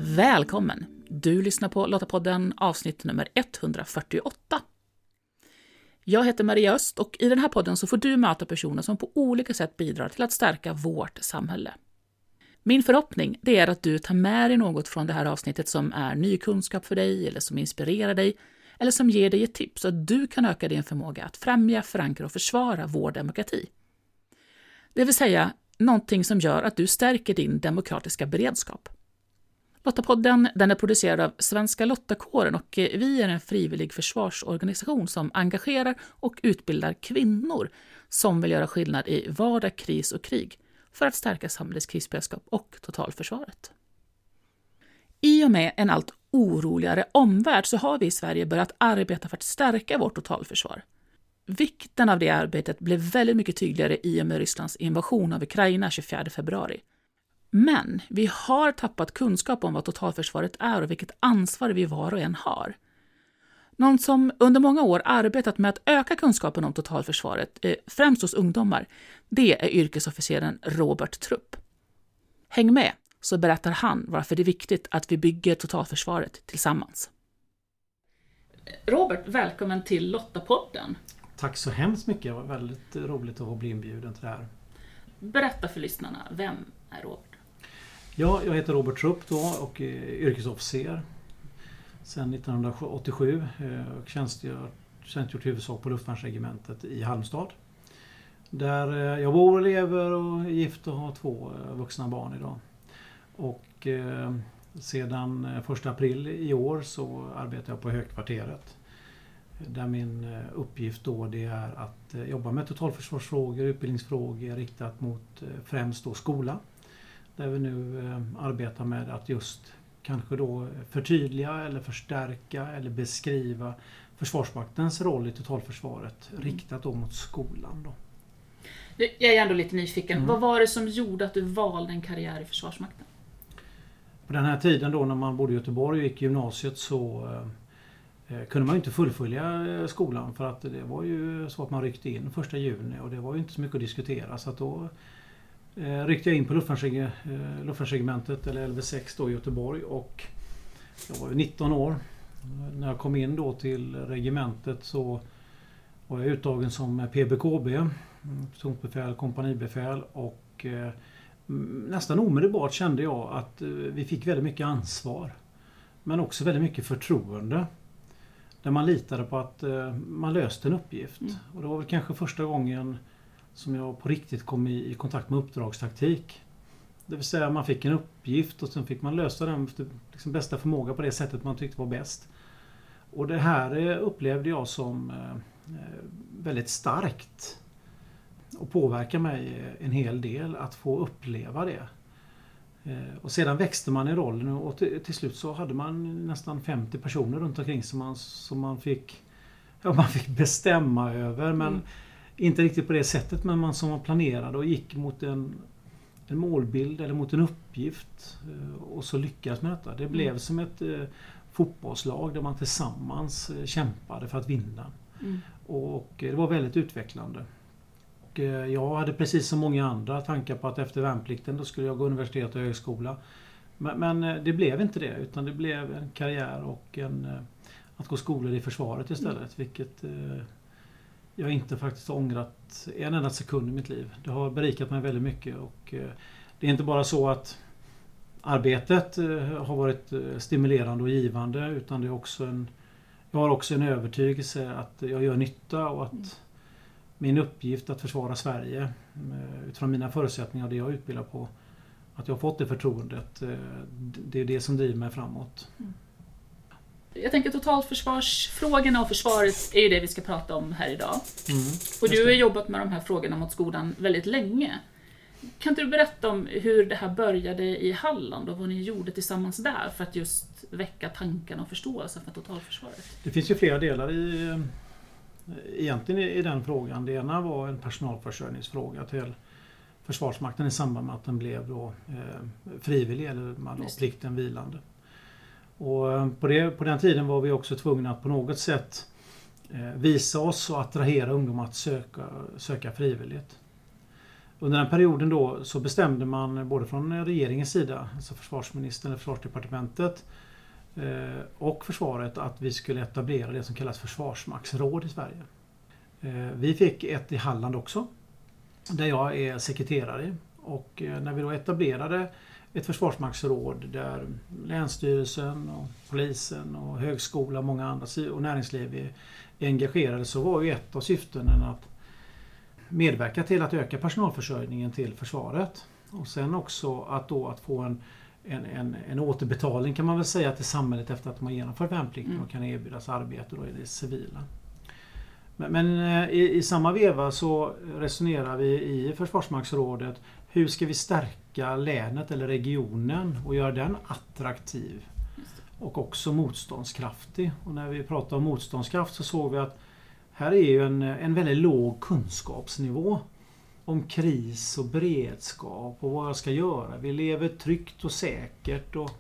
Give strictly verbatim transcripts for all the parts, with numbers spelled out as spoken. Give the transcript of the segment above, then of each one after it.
Välkommen! Du lyssnar på Lottapodden avsnitt nummer etthundrafyrtioåtta. Jag heter Maria Öst och i den här podden så får du möta personer som på olika sätt bidrar till att stärka vårt samhälle. Min förhoppning det är att du tar med dig något från det här avsnittet som är ny kunskap för dig eller som inspirerar dig eller som ger dig ett tips så att du kan öka din förmåga att främja, förankra och försvara vår demokrati. Det vill säga någonting som gör att du stärker din demokratiska beredskap. Lottapodden den är producerad av Svenska Lottakåren och vi är en frivillig försvarsorganisation som engagerar och utbildar kvinnor som vill göra skillnad i vardag, kris och krig för att stärka samhällets krisberedskap och totalförsvaret. I och med en allt oroligare omvärld så har vi i Sverige börjat arbeta för att stärka vårt totalförsvar. Vikten av det arbetet blev väldigt mycket tydligare i och med Rysslands invasion av Ukraina tjugofjärde februari. Men vi har tappat kunskap om vad totalförsvaret är och vilket ansvar vi var och en har. Någon som under många år arbetat med att öka kunskapen om totalförsvaret, främst hos ungdomar, det är yrkesofficeren Robert Trupp. Häng med så berättar han varför det är viktigt att vi bygger totalförsvaret tillsammans. Robert, välkommen till Lottapodden. Tack så hemskt mycket, det var väldigt roligt att få bli inbjuden till det här. Berätta för lyssnarna, vem är Robert? Ja, jag heter Robert Trupp då och är yrkesofficer sedan nittonhundraåttiosju och tjänstgjort, tjänstgjort huvudsak på luftvärnsregementet i Halmstad. Där jag bor och lever och är gift och har två vuxna barn idag. Och eh, sedan första april i år så arbetar jag på högkvarteret. Där min uppgift då det är att jobba med totalförsvarsfrågor, utbildningsfrågor riktat mot främst då skola. Där vi nu eh, arbetar med att just kanske då förtydliga eller förstärka eller beskriva Försvarsmaktens roll i totalförsvaret mm. riktat då mot skolan då. Jag är ändå lite nyfiken. Mm. Vad var det som gjorde att du valde en karriär i Försvarsmakten? På den här tiden då när man bodde i Göteborg och gick i gymnasiet så eh, kunde man ju inte fullfölja skolan för att det var ju så att man ryckte in första juni och det var ju inte så mycket att diskutera så att då Eh, ryckte jag in på luftvärnsregementet eller L V sex då i Göteborg och jag var ju nitton år. När jag kom in då till regementet så var jag uttagen som P B K B, plutonbefäl, kompanibefäl och eh, nästan omedelbart kände jag att eh, vi fick väldigt mycket ansvar men också väldigt mycket förtroende. Där man litade på att eh, man löste en uppgift mm. och det var väl kanske första gången som jag på riktigt kom i, i kontakt med uppdragstaktik. Det vill säga man fick en uppgift och sen fick man lösa den efter liksom bästa förmåga på det sättet man tyckte var bäst. Och det här upplevde jag som eh, väldigt starkt och påverkar mig en hel del att få uppleva det. Eh, och sedan växte man i rollen och till, till slut så hade man nästan femtio personer runt omkring som man, som man, fick, ja, man fick bestämma över men mm. Inte riktigt på det sättet men man som man planerade och gick mot en, en målbild eller mot en uppgift och så lyckades med detta. Det blev mm. som ett eh, fotbollslag där man tillsammans eh, kämpade för att vinna. Mm. Och, och det var väldigt utvecklande. Och, eh, jag hade precis som många andra tankar på att efter värnplikten då skulle jag gå universitet och högskola. Men, men eh, det blev inte det utan det blev en karriär och en, eh, att gå skolor i försvaret istället. Mm. Vilket... Eh, jag inte faktiskt ångrat en enda sekund i mitt liv. Det har berikat mig väldigt mycket och eh, det är inte bara så att arbetet eh, har varit eh, stimulerande och givande utan det är också en, jag har också en övertygelse att jag gör nytta och att mm. min uppgift att försvara Sverige eh, utifrån mina förutsättningar och det jag utbildar på att jag har fått det förtroendet eh, det är det som driver mig framåt. Mm. Jag tänker totalförsvarsfrågorna och försvaret är ju det vi ska prata om här idag. Mm, och du har jobbat med de här frågorna mot skolan väldigt länge. Kan du berätta om hur det här började i Halland och vad ni gjorde tillsammans där för att just väcka tankarna och förståelsen för totalförsvaret? Det finns ju flera delar i, egentligen i den frågan. Det ena var en personalförsörjningsfråga till Försvarsmakten i samband med att den blev då, eh, frivillig eller man då plikten vilande. Och på, det, på den tiden var vi också tvungna att på något sätt eh, visa oss och attrahera ungdomar att söka, söka frivilligt. Under den perioden då så bestämde man både från regeringens sida, alltså försvarsministern eller försvarsdepartementet eh, och försvaret, att vi skulle etablera det som kallas försvarsmaktsråd i Sverige. Eh, vi fick ett i Halland också, där jag är sekreterare. Och eh, när vi då etablerade ett försvarsmaktsråd där Länsstyrelsen och polisen och högskola och många andra och näringsliv är engagerade, så var ju ett av syftena att medverka till att öka personalförsörjningen till försvaret. Och sen också att, då att få en, en, en, en återbetalning kan man väl säga till samhället efter att man genomfört värnplikten och kan erbjudas arbete då i det civila. Men, men i, i samma veva så resonerar vi i Försvarsmaktsrådet, hur ska vi stärka länet eller regionen och göra den attraktiv och också motståndskraftig. Och när vi pratar om motståndskraft så såg vi att här är ju en, en väldigt låg kunskapsnivå om kris och beredskap och vad jag ska göra. Vi lever tryggt och säkert. Och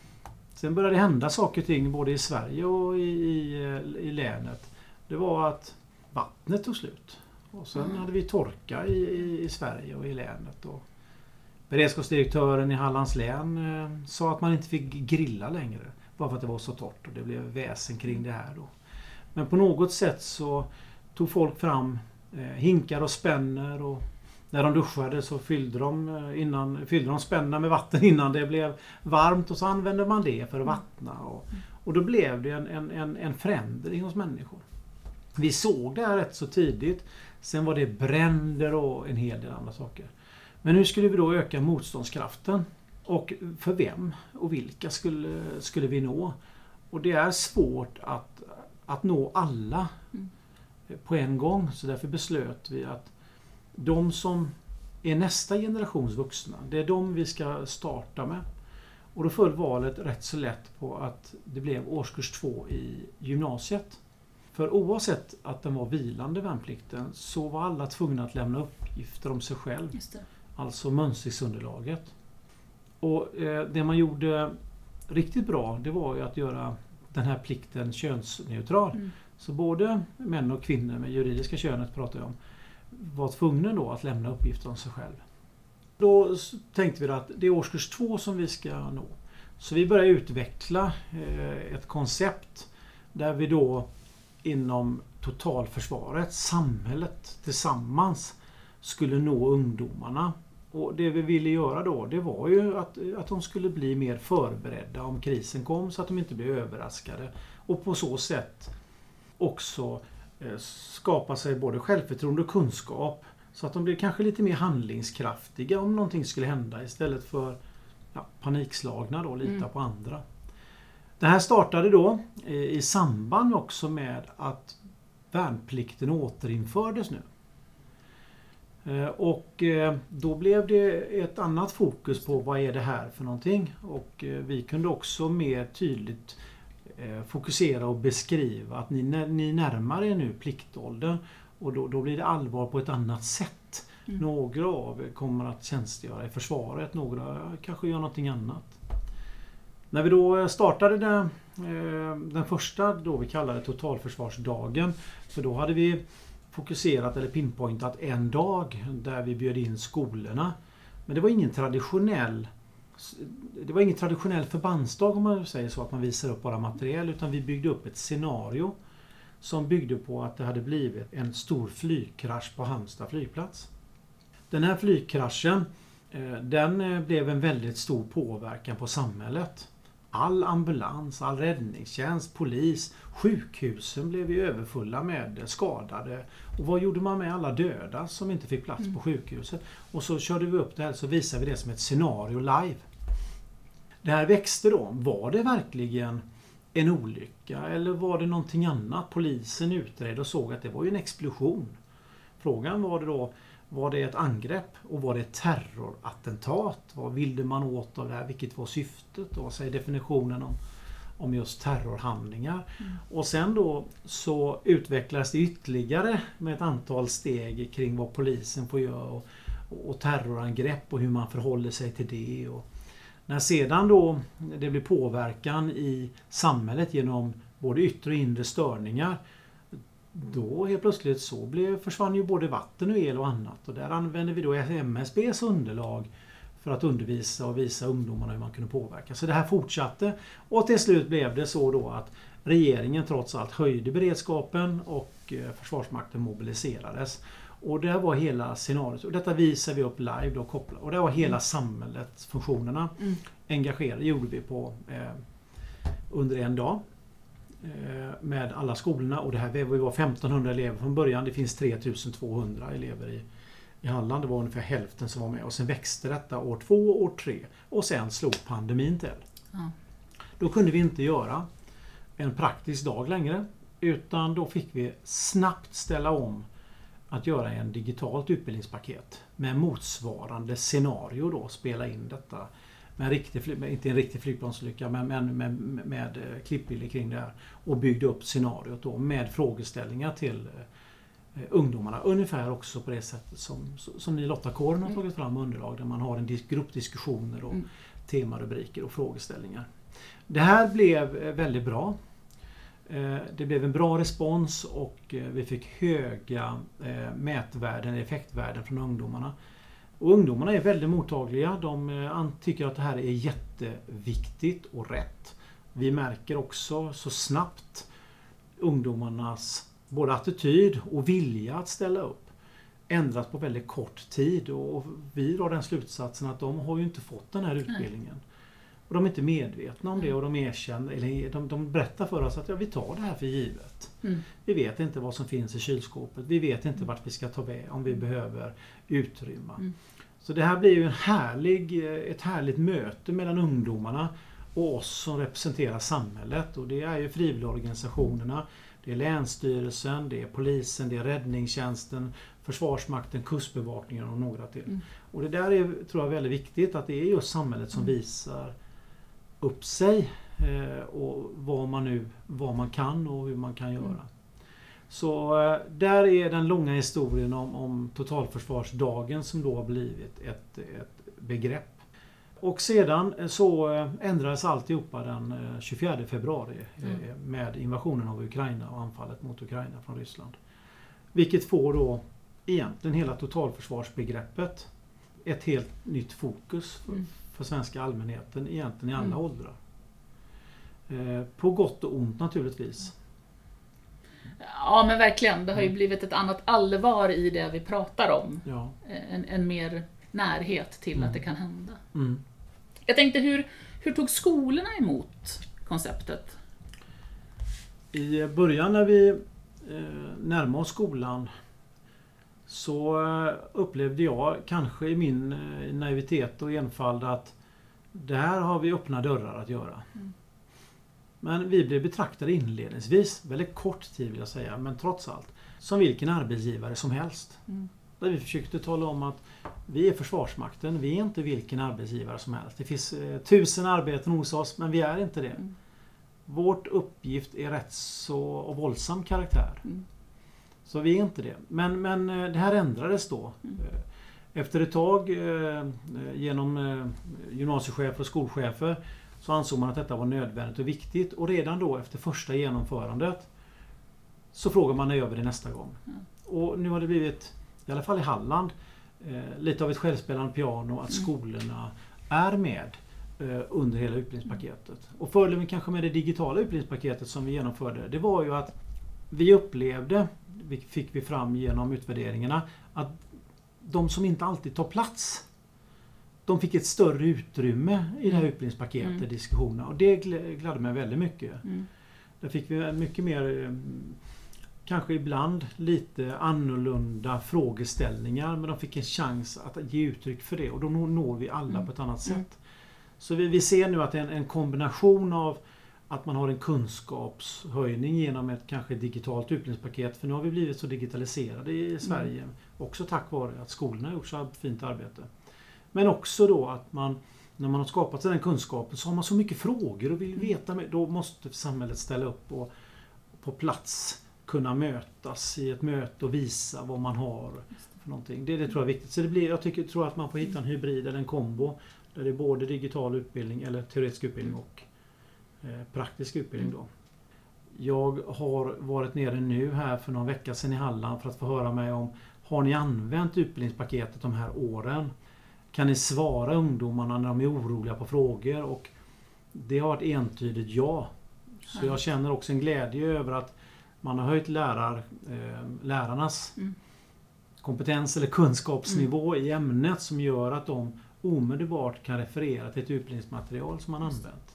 sen började det hända saker och ting både i Sverige och i, i, i länet. Det var att vattnet tog slut. Och sen mm. hade vi torka i, i, i Sverige och i länet. Och beredskapsdirektören i Hallands län eh, sa att man inte fick grilla längre. Bara för att det var så torrt och det blev väsen kring det här då. Men på något sätt så tog folk fram eh, hinkar och spänner och när de duschade så fyllde de, eh, innan, fyllde de spänner med vatten innan det blev varmt och så använde man det för att vattna. Och, och då blev det en, en, en, en förändring hos människor. Vi såg det här rätt så tidigt. Sen var det bränder och en hel del andra saker. Men hur skulle vi då öka motståndskraften? Och för vem och vilka skulle, skulle vi nå? Och det är svårt att, att nå alla mm. på en gång. Så därför beslöt vi att de som är nästa generations vuxna, det är de vi ska starta med. Och då föll valet rätt så lätt på att det blev årskurs två i gymnasiet. För oavsett att den var vilande värnplikten så var alla tvungna att lämna uppgifter om sig själv. Just det. Alltså mönstringsunderlaget. Och eh, det man gjorde riktigt bra, det var ju att göra den här plikten könsneutral. Mm. Så både män och kvinnor med juridiska könet pratar jag om var tvungna då att lämna uppgifter om sig själv. Då tänkte vi att det är årskurs två som vi ska nå. Så vi började utveckla eh, ett koncept där vi då inom totalförsvaret, samhället tillsammans skulle nå ungdomarna. Och det vi ville göra då, det var ju att, att de skulle bli mer förberedda om krisen kom så att de inte blev överraskade. Och på så sätt också eh, skapa sig både självförtroende och kunskap så att de blir kanske lite mer handlingskraftiga om någonting skulle hända istället för ja, panikslagna då, lita mm. på andra. Det här startade då eh, i samband också med att värnplikten återinfördes nu. Och då blev det ett annat fokus på vad är det här för någonting. Och vi kunde också mer tydligt fokusera och beskriva att ni, ni närmar er nu pliktåldern och då, då blir det allvar på ett annat sätt. Mm. Några av er kommer att tjänstgöra i försvaret, några kanske gör någonting annat. När vi då startade den, den första då vi kallade totalförsvarsdagen, för då hade vi fokuserat eller pinpointat en dag där vi bjöd in skolorna. Men det var ingen traditionell det var ingen traditionell förbandsdag om man säger så, att man visar upp bara material, utan vi byggde upp ett scenario som byggde på att det hade blivit en stor flygkrasch på Halmstad flygplats. Den här flygkraschen den blev en väldigt stor påverkan på samhället. All ambulans, all räddningstjänst, polis, sjukhusen blev ju överfulla med skadade. Och vad gjorde man med alla döda som inte fick plats mm. på sjukhuset? Och så körde vi upp det här, så visade vi det som ett scenario live. Det här växte då. Var det verkligen en olycka eller var det någonting annat? Polisen utredde och såg att det var ju en explosion. Frågan var det då, var det ett angrepp och var det ett terrorattentat? Vad ville man åt av det här? Vilket var syftet? Och vad säger definitionen om, om just terrorhandlingar? Mm. Och sen då så utvecklades det ytterligare med ett antal steg kring vad polisen får göra och, och terrorangrepp och hur man förhåller sig till det. Och när sedan då det blir påverkan i samhället genom både yttre och inre störningar, då helt plötsligt så blev, försvann ju både vatten och el och annat. Och där använde vi då M S B:s underlag för att undervisa och visa ungdomarna hur man kunde påverka. Så det här fortsatte och till slut blev det så då att regeringen trots allt höjde beredskapen och Försvarsmakten mobiliserades. Och det var hela scenariot. Och detta visar vi upp live då kopplat. Och det var hela mm. samhällets funktionerna mm. engagerade. Det gjorde vi på eh, under en dag eh, med alla skolorna. Och det här vi var femtonhundra elever från början. Det finns tre tusen tvåhundra elever i, i Halland. Det var ungefär hälften som var med. Och sen växte detta år två och år tre. Och sen slog pandemin till. Mm. Då kunde vi inte göra en praktisk dag längre. Utan då fick vi snabbt ställa om att göra en digitalt utbildningspaket med motsvarande scenario då, spela in detta med en riktig, inte en riktig flygplansolycka men med, med, med klippbilder kring det här och byggde upp scenariot då med frågeställningar till eh, ungdomarna ungefär också på det sättet som, som ni Lottakåren har tagit fram underlag där man har en dis- gruppdiskussioner och mm. temarubriker och frågeställningar. Det här blev väldigt bra. Det blev en bra respons och vi fick höga mätvärden, effektvärden från ungdomarna. Och ungdomarna är väldigt mottagliga. De tycker att det här är jätteviktigt och rätt. Vi märker också så snabbt ungdomarnas både attityd och vilja att ställa upp ändras på väldigt kort tid. Och vi drar den slutsatsen att de har ju inte fått den här utbildningen. Nej. Och de är inte medvetna om det och de erkänner, eller de, de berättar för oss att ja, vi tar det här för givet. Mm. Vi vet inte vad som finns i kylskåpet. Vi vet inte vart vi ska ta väg om vi behöver utrymma. Mm. Så det här blir ju en härlig, ett härligt möte mellan ungdomarna och oss som representerar samhället. Och det är ju frivilligorganisationerna, det är Länsstyrelsen, det är polisen, det är räddningstjänsten, Försvarsmakten, Kustbevakningen och några till. Mm. Och det där är, tror jag, väldigt viktigt att det är just samhället som mm. visar upp sig eh, och vad man nu vad man kan och hur man kan göra. Mm. Så eh, där är den långa historien om, om totalförsvarsdagen som då har blivit ett, ett begrepp. Och sedan så eh, ändrades alltihopa den eh, tjugofjärde februari mm. eh, med invasionen av Ukraina och anfallet mot Ukraina från Ryssland. Vilket får då egentligen hela totalförsvarsbegreppet ett helt nytt fokus för, mm. för svenska allmänheten egentligen i alla mm. åldrar. Eh, på gott och ont naturligtvis. Ja men verkligen, det har ju mm. blivit ett annat allvar i det vi pratar om. Ja. En, en mer närhet till mm. att det kan hända. Mm. Jag tänkte, hur, hur tog skolorna emot konceptet? I början när vi eh, närmade oss skolan så upplevde jag kanske i min naivitet och enfald att det här har vi öppna dörrar att göra. Mm. Men vi blev betraktade inledningsvis, väldigt kort tid vill jag säga, men trots allt, som vilken arbetsgivare som helst. Mm. Där vi försökte tala om att vi är Försvarsmakten, vi är inte vilken arbetsgivare som helst. Det finns eh, tusen arbeten hos oss, men vi är inte det. Mm. Vårt uppgift är rätt så av våldsam karaktär. Mm. Så vi är inte det. Men, men det här ändrades då. Mm. Efter ett tag eh, genom eh, gymnasiechefer och skolchefer så ansåg man att detta var nödvändigt och viktigt. Och redan då efter första genomförandet så frågar man över det nästa gång. Mm. Och nu har det blivit, i alla fall i Halland, eh, lite av ett självspelande piano att mm. skolorna är med eh, under hela utbildningspaketet. Och fördelen kanske med det digitala utbildningspaketet som vi genomförde, det var ju att vi upplevde, fick vi fram genom utvärderingarna, att de som inte alltid tar plats, de fick ett större utrymme i det här utbildningspaketet, mm. diskussionerna. Och det gladde mig väldigt mycket. Mm. Där fick vi mycket mer, kanske ibland lite annorlunda frågeställningar, men de fick en chans att ge uttryck för det. Och då når vi alla mm. på ett annat sätt. Mm. Så vi, vi ser nu att en, en kombination av att man har en kunskapshöjning genom ett kanske digitalt utbildningspaket. För nu har vi blivit så digitaliserade i Sverige. Mm. Också tack vare att skolorna har gjort så fint arbete. Men också då att man, när man har skapat den kunskapen, så har man så mycket frågor och vill mm. veta. Då måste samhället ställa upp och på plats kunna mötas i ett möte och visa vad man har för någonting. Det, det tror jag är viktigt. Så det blir, jag tycker, tror att man får hitta en hybrid eller en kombo. Där det är både digital utbildning eller teoretisk utbildning och praktisk utbildning då. Jag har varit nere nu här för någon vecka sedan i Halland för att få höra mig om, har ni använt utbildningspaketet de här åren? Kan ni svara ungdomarna när de är oroliga på frågor? Och det har varit entydigt ja. Så jag känner också en glädje över att man har höjt lärar, eh, lärarnas mm. kompetens eller kunskapsnivå mm. i ämnet som gör att de omedelbart kan referera till ett utbildningsmaterial som man använt.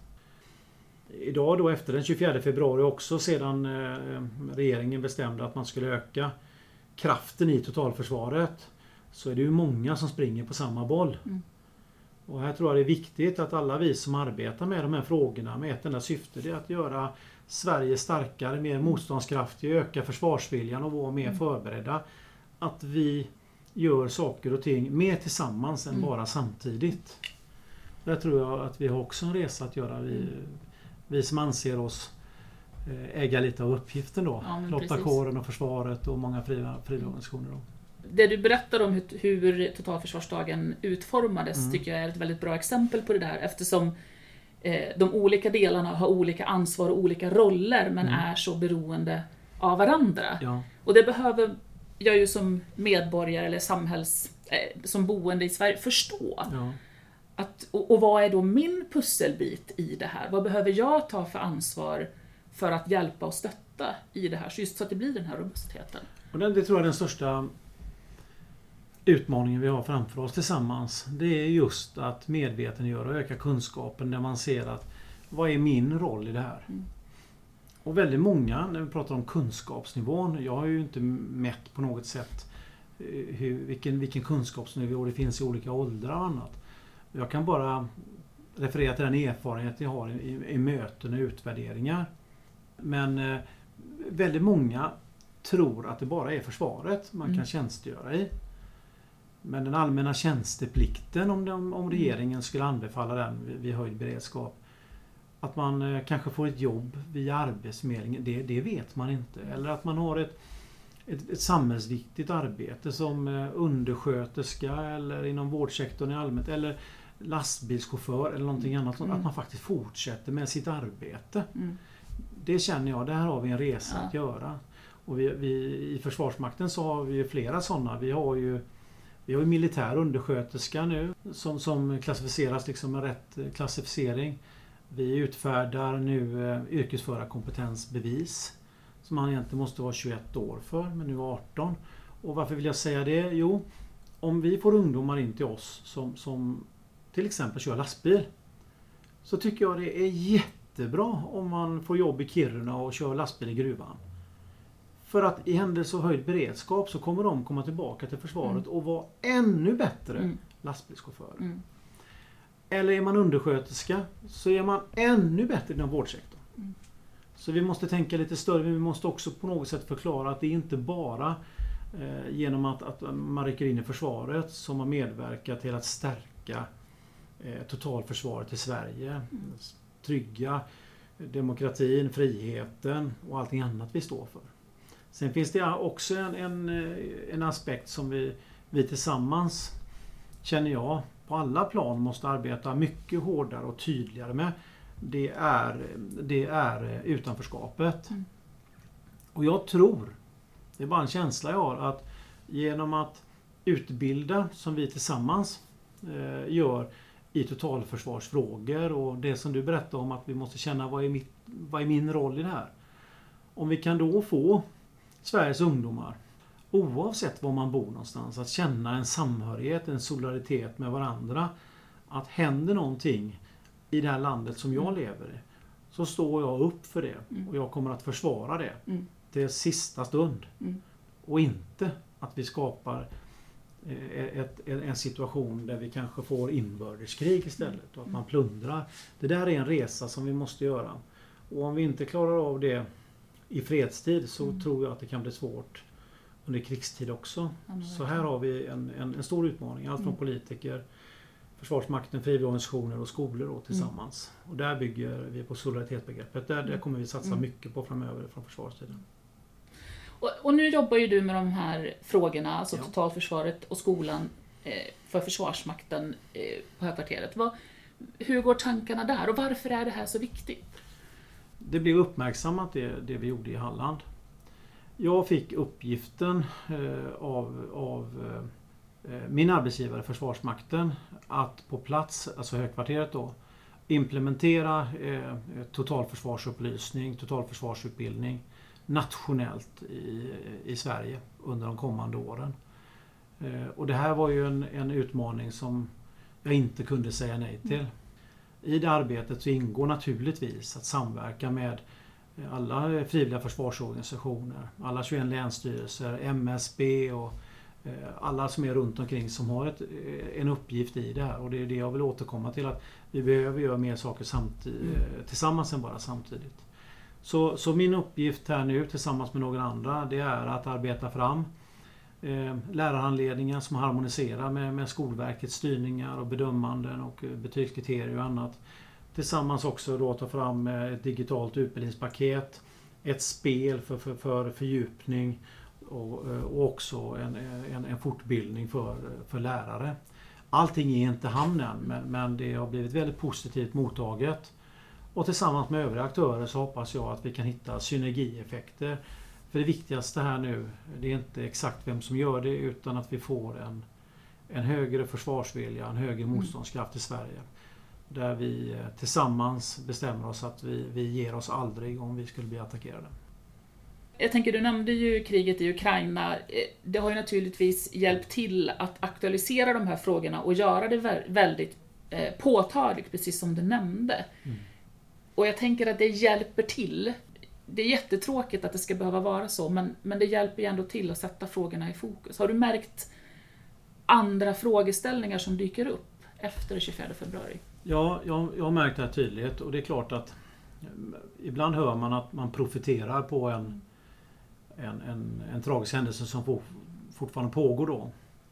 Idag då efter den tjugofjärde februari också sedan eh, regeringen bestämde att man skulle öka kraften i totalförsvaret, så är det ju många som springer på samma boll. Mm. Och här tror jag det är viktigt att alla vi som arbetar med de här frågorna med ett enda syfte, det är att göra Sverige starkare, mer motståndskraftiga, öka försvarsviljan och vara mer mm. förberedda. Att vi gör saker och ting mer tillsammans än mm. bara samtidigt. Där tror jag att vi har också en resa att göra. Vi, vi som anser oss äga lite av uppgiften då. Ja, Lottakåren och försvaret och många fria, fria organisationer då. Det du berättar om hur, hur totalförsvarsdagen utformades mm. tycker jag är ett väldigt bra exempel på det där, eftersom eh, de olika delarna har olika ansvar och olika roller men mm. är så beroende av varandra. Ja. Och det behöver jag ju som medborgare eller samhälls, eh, som boende i Sverige förstå. Ja. Att, och, och vad är då min pusselbit i det här? Vad behöver jag ta för ansvar för att hjälpa och stötta i det här, så just så att det blir den här robustheten? Och det, det tror jag är den största utmaningen vi har framför oss tillsammans. Det är just att medvetengöra och öka kunskapen där man ser att vad är min roll i det här? Mm. Och väldigt många, när vi pratar om kunskapsnivån, jag har ju inte mätt på något sätt hur, vilken, vilken kunskapsnivå det finns i olika åldrar och annat. Jag kan bara referera till den erfarenhet jag har i, i möten och utvärderingar. Men eh, väldigt många tror att det bara är försvaret man mm. kan tjänstgöra i. Men den allmänna tjänsteplikten, om, de, om regeringen skulle anbefalla den vid, vid höjd beredskap, att man eh, kanske får ett jobb via Arbetsförmedlingen, det, det vet man inte. Eller att man har ett, ett, ett samhällsviktigt arbete som eh, undersköterska eller inom vårdsektorn i allmänhet, eller lastbilschaufför eller någonting annat. Mm. Att man faktiskt fortsätter med sitt arbete. Mm. Det känner jag, där har vi en resa ja. att göra. Och vi, vi, i Försvarsmakten så har vi flera sådana. Vi har ju Vi har ju militär undersköterska nu som, som klassificeras liksom med rätt klassificering. Vi utfärdar nu eh, yrkesförarkompetensbevis som man egentligen måste vara tjugoett år för, men nu arton. Och varför vill jag säga det? Jo, om vi får ungdomar in till oss som, som till exempel kör lastbil, så tycker jag det är jättebra om man får jobb i Kiruna och kör lastbil i gruvan. För att i händelse av höjd beredskap så kommer de komma tillbaka till försvaret mm. och vara ännu bättre mm. lastbilschaufförer. Mm. Eller är man undersköterska så är man ännu bättre inom vårdsektorn. Mm. Så vi måste tänka lite större, men vi måste också på något sätt förklara att det är inte bara eh, genom att, att man rycker in i försvaret som har medverkat till att stärka eh, totalförsvaret i Sverige. Mm. Trygga demokratin, friheten och allting annat vi står för. Sen finns det också en, en, en aspekt som vi, vi tillsammans, känner jag, på alla plan måste arbeta mycket hårdare och tydligare med. Det är, det är utanförskapet. Mm. Och jag tror, det är bara en känsla jag har, att genom att utbilda som vi tillsammans eh, gör i totalförsvarsfrågor och det som du berättade om att vi måste känna vad är, mitt, vad är min roll i det här. Om vi kan då få Sveriges ungdomar, oavsett var man bor någonstans, att känna en samhörighet, en solidaritet med varandra. Att händer någonting i det här landet som jag lever i, så står jag upp för det. Mm. Och jag kommer att försvara det mm. till sista stund. Mm. Och inte att vi skapar ett, ett, en situation där vi kanske får inbördeskrig istället. Och att man plundrar. Det där är en resa som vi måste göra. Och om vi inte klarar av det i fredstid så mm. tror jag att det kan bli svårt under krigstid också. Ja, så här har vi en, en, en stor utmaning. Allt från mm. politiker, Försvarsmakten, frivilligorganisationer och skolor då, tillsammans. Mm. Och där bygger vi på solidaritetsbegreppet. Där, där kommer vi satsa mm. mycket på framöver från försvarstiden. Och, och nu jobbar ju du med de här frågorna, alltså ja. totalförsvaret och skolan eh, för Försvarsmakten eh, på Högkvarteret. Vad, hur går tankarna där och varför är det här så viktigt? det blev uppmärksammat det, det vi gjorde i Halland. Jag fick uppgiften eh, av, av eh, min arbetsgivare Försvarsmakten att på plats, alltså högkvarteret då, implementera eh, totalförsvarsupplysning, totalförsvarsutbildning nationellt i, i Sverige under de kommande åren. Eh, och det här var ju en, en utmaning som jag inte kunde säga nej till. I det arbetet så ingår naturligtvis att samverka med alla frivilliga försvarsorganisationer, alla tjugoen länsstyrelser, M S B och alla som är runt omkring som har ett, en uppgift i det här. Och det är det jag vill återkomma till, att vi behöver göra mer saker samtidigt, tillsammans än bara samtidigt. Så, så min uppgift här nu tillsammans med några andra, det är att arbeta fram eh, lärarhandledningar som harmoniserar med, med Skolverkets styrningar och bedömanden och betygskriterier och annat. Tillsammans också då ta fram ett digitalt utbildningspaket, ett spel för, för, för fördjupning och, och också en, en, en fortbildning för, för lärare. Allting är inte hamnen, men, men det har blivit väldigt positivt mottaget. Och tillsammans med övriga aktörer så hoppas jag att vi kan hitta synergieffekter. För det viktigaste här nu, det är inte exakt vem som gör det, utan att vi får en, en högre försvarsvilja, en högre motståndskraft i Sverige. Där vi tillsammans bestämmer oss att vi, vi ger oss aldrig om vi skulle bli attackerade. Jag tänker, du nämnde ju kriget i Ukraina. Det har ju naturligtvis hjälpt till att aktualisera de här frågorna och göra det väldigt påtagligt, precis som du nämnde. Mm. Och jag tänker att det hjälper till. Det är jättetråkigt att det ska behöva vara så, men, men det hjälper ju ändå till att sätta frågorna i fokus. Har du märkt andra frågeställningar som dyker upp efter tjugofjärde februari? Ja, jag, jag har märkt det här tydligt, och det är klart att ibland hör man att man profiterar på en, en, en, en tragisk händelse som for, fortfarande pågår då.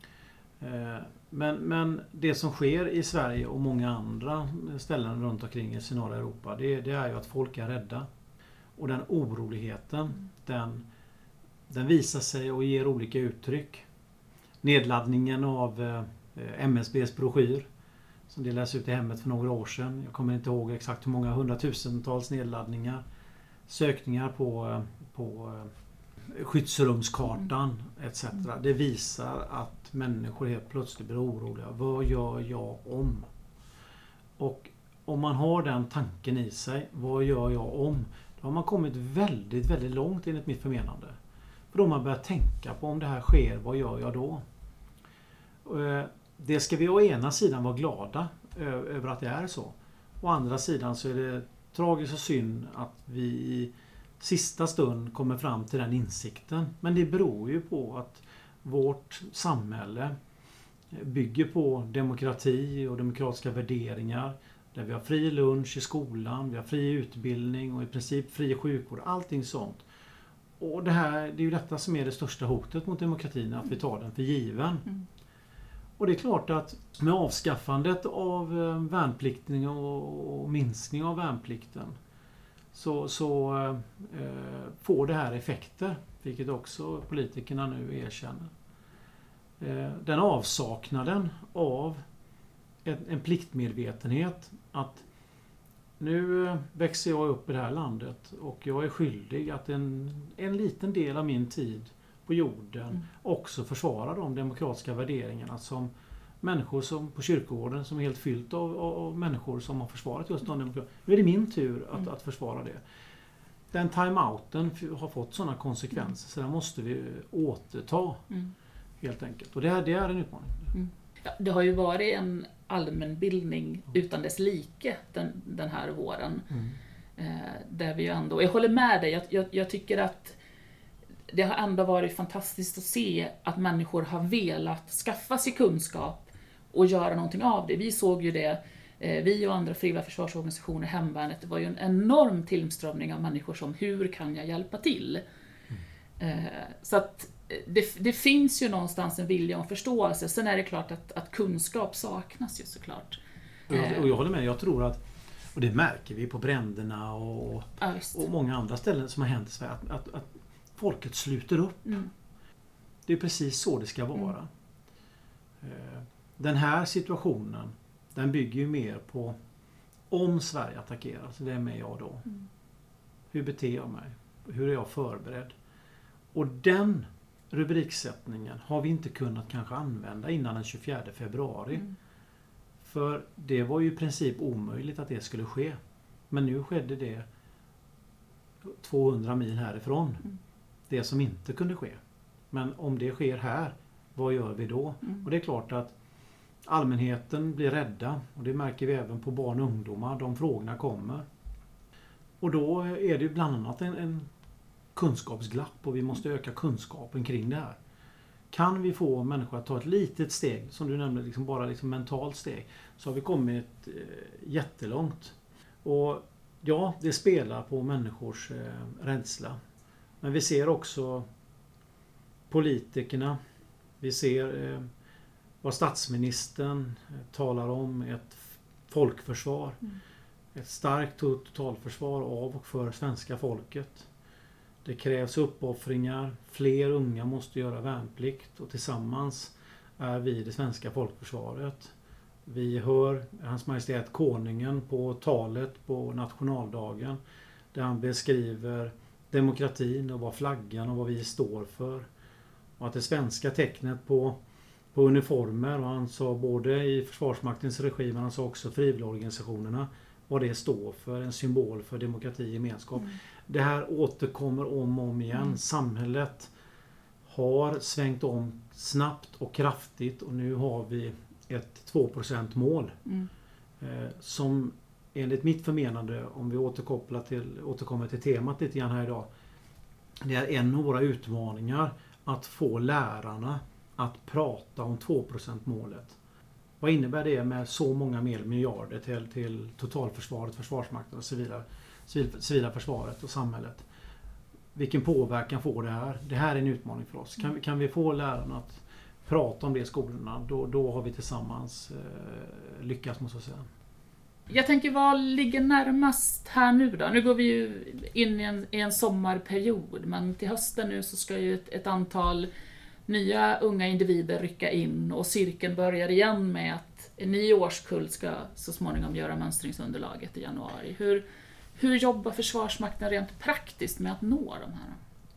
Men, men det som sker i Sverige och många andra ställen runt omkring i norra Europa, det, det är ju att folk är rädda. Och den oroligheten, mm. den, den visar sig och ger olika uttryck. Nedladdningen av eh, M S B:s broschyr som delades ut i hemmet för några år sedan. Jag kommer inte ihåg exakt hur många hundratusentals nedladdningar. Sökningar på, på skyddsrumskartan mm. et cetera. Det visar att människor helt plötsligt blir oroliga. Vad gör jag om? Och om man har den tanken i sig, vad gör jag om? Då har man kommit väldigt, väldigt långt enligt mitt förmenande. För då har man börjat tänka på, om det här sker, vad gör jag då? Det ska vi å ena sidan vara glada över att det är så. Å andra sidan så är det tragiskt och synd att vi i sista stund kommer fram till den insikten. Men det beror ju på att vårt samhälle bygger på demokrati och demokratiska värderingar. Där vi har fri lunch i skolan, vi har fri utbildning och i princip fri sjukvård. Allting sånt. Och det här, det är ju detta som är det största hotet mot demokratin, att vi tar den för given. Mm. Och det är klart att med avskaffandet av värnplikten och minskning av värnplikten så, så eh, får det här effekter, vilket också politikerna nu erkänner. Eh, den avsaknaden av en, en pliktmedvetenhet, att nu växer jag upp i det här landet och jag är skyldig att en, en liten del av min tid på jorden mm. också försvara de demokratiska värderingarna som människor som på kyrkogården som är helt fyllt av, av, av människor som har försvarat just de demokratiska. Nu är det min tur att, mm. att försvara det. Den timeouten har fått sådana konsekvenser mm. så den måste vi återta mm. helt enkelt. Och det är, det är en utmaning. Mm. Ja, det har ju varit en allmänbildning mm. utan dess like den, den här våren. Mm. Eh, där vi ändå, jag håller med dig, jag, jag, jag tycker att det har ändå varit fantastiskt att se att människor har velat skaffa sig kunskap och göra någonting av det. Vi såg ju det, vi och andra frivilliga försvarsorganisationer, hemvärnet, det var ju en enorm tillströmning av människor som, hur kan jag hjälpa till? Mm. Så att det, det finns ju någonstans en vilja och förståelse. Sen är det klart att, att kunskap saknas ju såklart. Och jag, och jag håller med, jag tror att, och det märker vi på bränderna och, ja, och många andra ställen som har hänt i Sverige, att, att, att folket sluter upp. Mm. Det är precis så det ska vara. Mm. Den här situationen, den bygger ju mer på om Sverige attackeras, vem är jag då? Mm. Hur beter jag mig? Hur är jag förberedd? Och den rubriksättningen har vi inte kunnat kanske använda innan den tjugofjärde februari. Mm. För det var ju i princip omöjligt att det skulle ske. Men nu skedde det tvåhundra mil härifrån. Mm. Det som inte kunde ske. Men om det sker här, vad gör vi då? Mm. Och det är klart att allmänheten blir rädda. Och det märker vi även på barn och ungdomar. De frågorna kommer. Och då är det bland annat en, en kunskapsglapp. Och vi måste öka kunskapen kring det här. Kan vi få människor att ta ett litet steg, som du nämnde, liksom bara liksom mentalt steg, så har vi kommit eh, jättelångt. Och ja, det spelar på människors eh, rädsla. Men vi ser också politikerna. Vi ser eh, vad statsministern eh, talar om, ett folkförsvar. Mm. Ett starkt totalförsvar av och för svenska folket. Det krävs uppoffringar. Fler unga måste göra värnplikt. Och tillsammans är vi det svenska folkförsvaret. Vi hör Hans Majestät Konungen på talet på nationaldagen. Där han beskriver demokratin och vad flaggan och vad vi står för. Och att det svenska tecknet på, på uniformer. Och han sa både i Försvarsmaktens regi, men han sa också frivilligorganisationerna. Vad det står för. En symbol för demokrati och gemenskap. Mm. Det här återkommer om och om igen. Mm. Samhället har svängt om snabbt och kraftigt. Och nu har vi ett två procent mål. Mm. Eh, som enligt mitt förmenande, om vi återkopplar till, återkommer till temat lite grann här idag. Det är en av våra utmaningar att få lärarna att prata om två procent målet. Vad innebär det med så många mer miljarder till, till totalförsvaret, försvarsmakten och civila, civil, civila försvaret och samhället? Vilken påverkan får det här? Det här är en utmaning för oss. Kan, kan vi få lärarna att prata om det i skolorna, då, då har vi tillsammans eh, lyckats, måste jag säga. Jag tänker, vad ligger närmast här nu då? Nu går vi ju in i en, i en sommarperiod, men till hösten nu så ska ju ett, ett antal nya unga individer rycka in och cirkeln börjar igen med att en ny årskull ska så småningom göra mönstringsunderlaget i januari. Hur, hur jobbar Försvarsmakten rent praktiskt med att nå de här?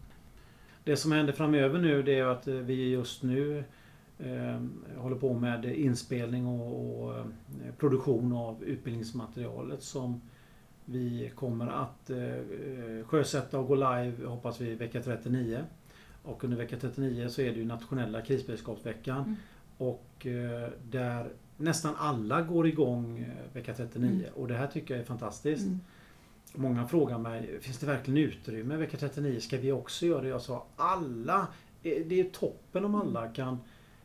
Det som händer framöver nu, det är att vi just nu eh, håller på med inspelning och, och eh, produktion av utbildningsmaterialet som vi kommer att eh, sjösätta och gå live, hoppas vi, vecka trettionio. Och under vecka trettionio så är det ju nationella krisberedskapsveckan. Mm. Och eh, där nästan alla går igång eh, vecka trettionio. Mm. Och det här tycker jag är fantastiskt. Mm. Många frågar mig, finns det verkligen utrymme vecka trettionio? Ska vi också göra det? Jag sa, alla, det är toppen om alla kan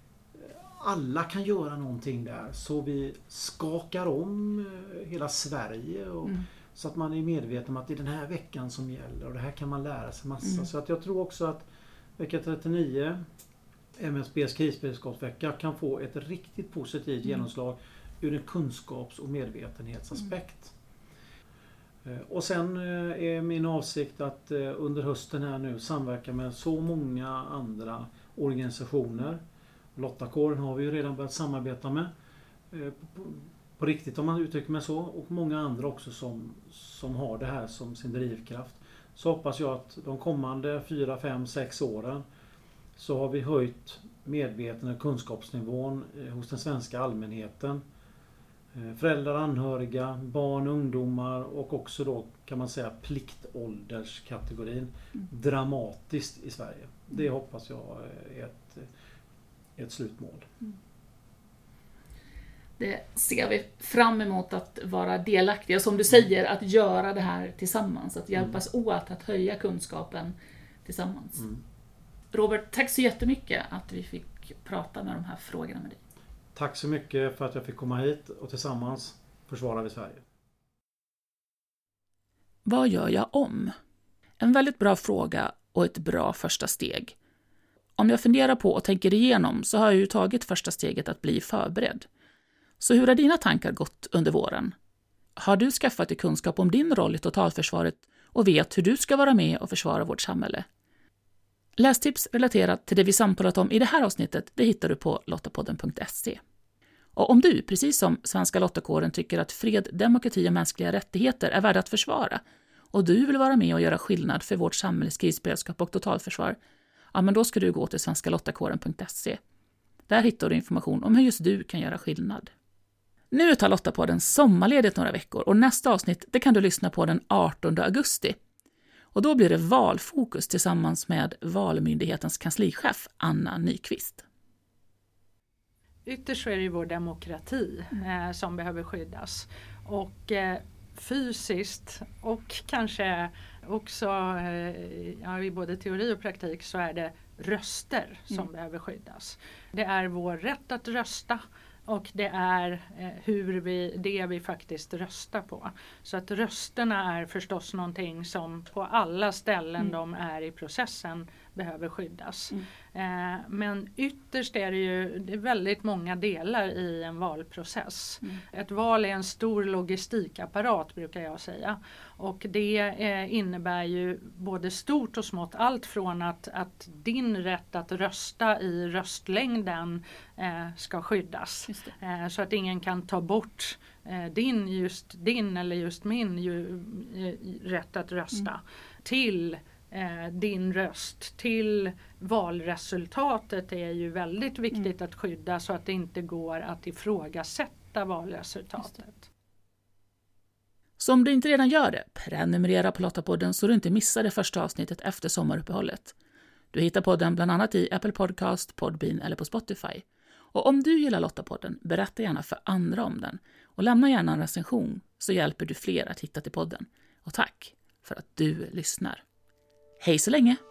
alla kan göra någonting där. Så vi skakar om hela Sverige och mm. så att man är medveten om att det är den här veckan som gäller. Och det här kan man lära sig massa. Mm. Så att jag tror också att vecka trettionio, M S B:s krisberedskapsvecka, kan få ett riktigt positivt mm. genomslag ur en kunskaps- och medvetenhetsaspekt. Mm. Och sen är min avsikt att under hösten här nu samverka med så många andra organisationer. Lottakåren har vi ju redan börjat samarbeta med. På, på riktigt, om man uttrycker mig så. Och många andra också som, som har det här som sin drivkraft. Så hoppas jag att de kommande fyra, fem, sex åren så har vi höjt medveten och kunskapsnivån hos den svenska allmänheten. Föräldrar, anhöriga, barn, ungdomar och också då kan man säga pliktålderskategorin mm. dramatiskt i Sverige. Det hoppas jag är ett, ett slutmål. Mm. Det ser vi fram emot, att vara delaktiga. Som du säger, att göra det här tillsammans. Att hjälpas mm. åt att höja kunskapen tillsammans. Mm. Robert, tack så jättemycket att vi fick prata med de här frågorna med dig. Tack så mycket för att jag fick komma hit och tillsammans försvarar vi Sverige. Vad gör jag om? En väldigt bra fråga och ett bra första steg. Om jag funderar på och tänker igenom så har jag ju tagit första steget att bli förberedd. Så hur har dina tankar gått under våren? Har du skaffat dig kunskap om din roll i totalförsvaret och vet hur du ska vara med och försvara vårt samhälle? Lästips relaterat till det vi samtalat om i det här avsnittet, det hittar du på lottapodden punkt se. Och om du, precis som Svenska Lottakåren, tycker att fred, demokrati och mänskliga rättigheter är värda att försvara och du vill vara med och göra skillnad för vårt samhälles krisberedskap och totalförsvar, ja men då ska du gå till svenska lottakåren punkt se. Där hittar du information om hur just du kan göra skillnad. Nu tar Lottapodden sommarledigt några veckor och nästa avsnitt det kan du lyssna på den artonde augusti. Och då blir det valfokus tillsammans med Valmyndighetens kanslichef Anna Nyqvist. Ytterst är det ju vår demokrati eh, som behöver skyddas. Och eh, fysiskt och kanske också eh, ja, i både teori och praktik så är det röster som mm. behöver skyddas. Det är vår rätt att rösta. Och det är eh, hur vi, det vi faktiskt röstar på. Så att rösterna är förstås någonting som på alla ställen mm. de är i processen behöver skyddas. Mm. Eh, men ytterst är det ju det är väldigt många delar i en valprocess. Mm. Ett val är en stor logistikapparat brukar jag säga. Och det eh, innebär ju både stort och smått. Allt från att, att din rätt att rösta i röstlängden eh, ska skyddas. Eh, så att ingen kan ta bort eh, din, just din eller just min ju, eh, rätt att rösta. Mm. Till eh, din röst, till valresultatet är ju väldigt viktigt mm. att skydda så att det inte går att ifrågasätta valresultatet. Så om du inte redan gör det, prenumerera på Lottapodden så du inte missar det första avsnittet efter sommaruppehållet. Du hittar podden bland annat i Apple Podcast, Podbean eller på Spotify. Och om du gillar Lottapodden, berätta gärna för andra om den. Och lämna gärna en recension så hjälper du fler att hitta till podden. Och tack för att du lyssnar. Hej så länge!